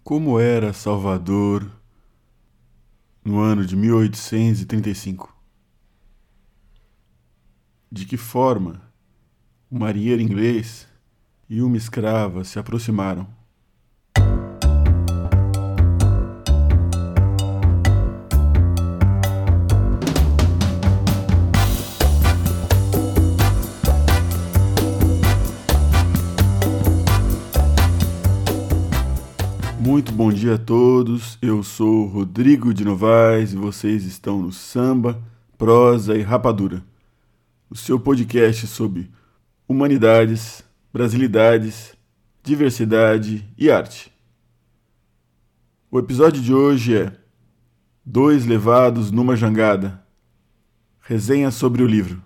Como era Salvador no ano de 1835? De que forma um marinheiro inglês e uma escrava se aproximaram? Muito bom dia a todos, eu sou Rodrigo de Novaes e vocês estão no Samba, Prosa e Rapadura, o seu podcast sobre humanidades, brasilidades, diversidade e arte. O episódio de hoje é Dois Levados numa Jangada, resenha sobre o livro.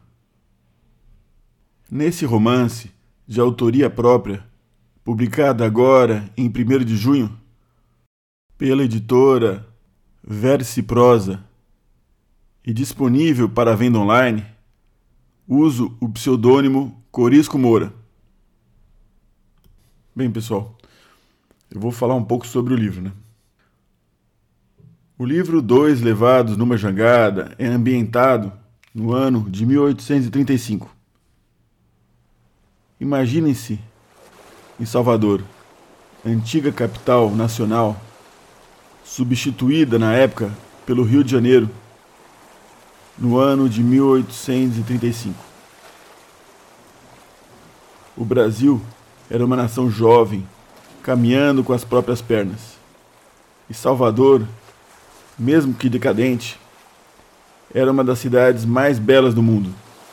Nesse romance, de autoria própria, publicado agora em 1º de junho, pela editora Versi Prosa e disponível para venda online, uso o pseudônimo Corisco Moura. Bem, pessoal, eu vou falar um pouco sobre o livro, né? O livro Dois Levados numa Jangada é ambientado no ano de 1835. Imaginem-se em Salvador, antiga capital nacional, substituída na época pelo Rio de Janeiro, no ano de 1835. O Brasil era uma nação jovem, caminhando com as próprias pernas. E Salvador, mesmo que decadente, era uma das cidades mais belas do mundo.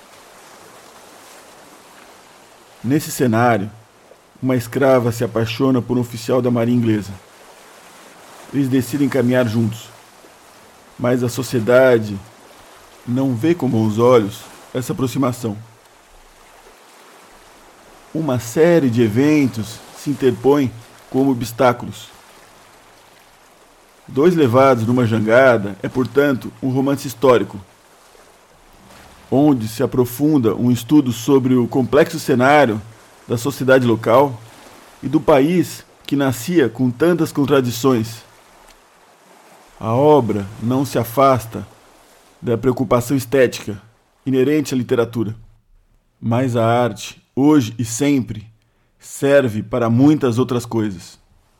Nesse cenário, uma escrava se apaixona por um oficial da marinha inglesa. Eles decidem caminhar juntos, mas a sociedade não vê com bons olhos essa aproximação. Uma série de eventos se interpõem como obstáculos. Dois Levados numa Jangada é, portanto, um romance histórico, onde se aprofunda um estudo sobre o complexo cenário da sociedade local e do país que nascia com tantas contradições. A obra não se afasta da preocupação estética inerente à literatura, mas a arte, hoje e sempre, serve para muitas outras coisas.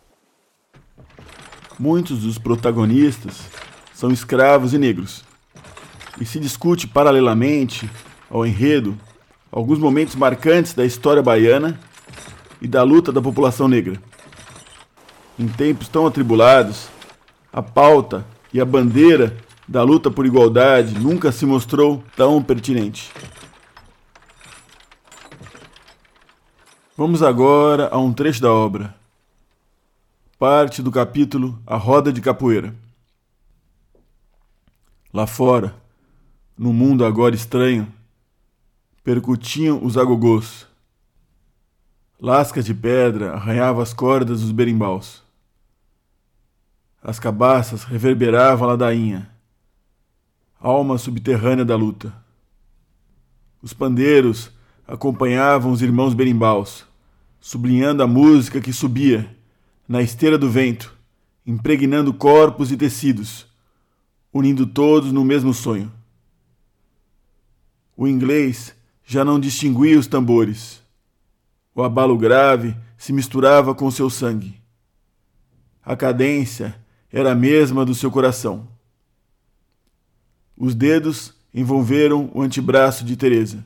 Muitos dos protagonistas são escravos e negros, e se discute paralelamente ao enredo alguns momentos marcantes da história baiana e da luta da população negra. Em tempos tão atribulados, a pauta e a bandeira da luta por igualdade nunca se mostrou tão pertinente. Vamos agora a um trecho da obra. Parte do capítulo A Roda de Capoeira. Lá fora, no mundo agora estranho, percutiam os agogôs. Lascas de pedra arranhavam as cordas dos berimbaus. As cabaças reverberavam a ladainha, alma subterrânea da luta. Os pandeiros acompanhavam os irmãos berimbaus, sublinhando a música que subia, na esteira do vento, impregnando corpos e tecidos, unindo todos no mesmo sonho. O inglês já não distinguia os tambores. O abalo grave se misturava com seu sangue. A cadência era a mesma do seu coração. Os dedos envolveram o antebraço de Teresa.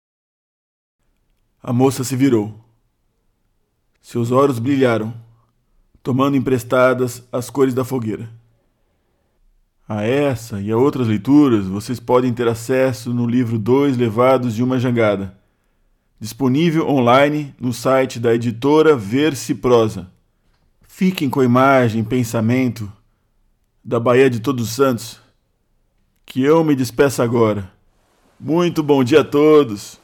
A moça se virou. Seus olhos brilharam, tomando emprestadas as cores da fogueira. A essa e a outras leituras vocês podem ter acesso no livro Dois Levados de uma Jangada, disponível online no site da editora Versi Prosa. Fiquem com a imagem e pensamento da Baía de Todos os Santos, que eu me despeço agora. Muito bom dia a todos!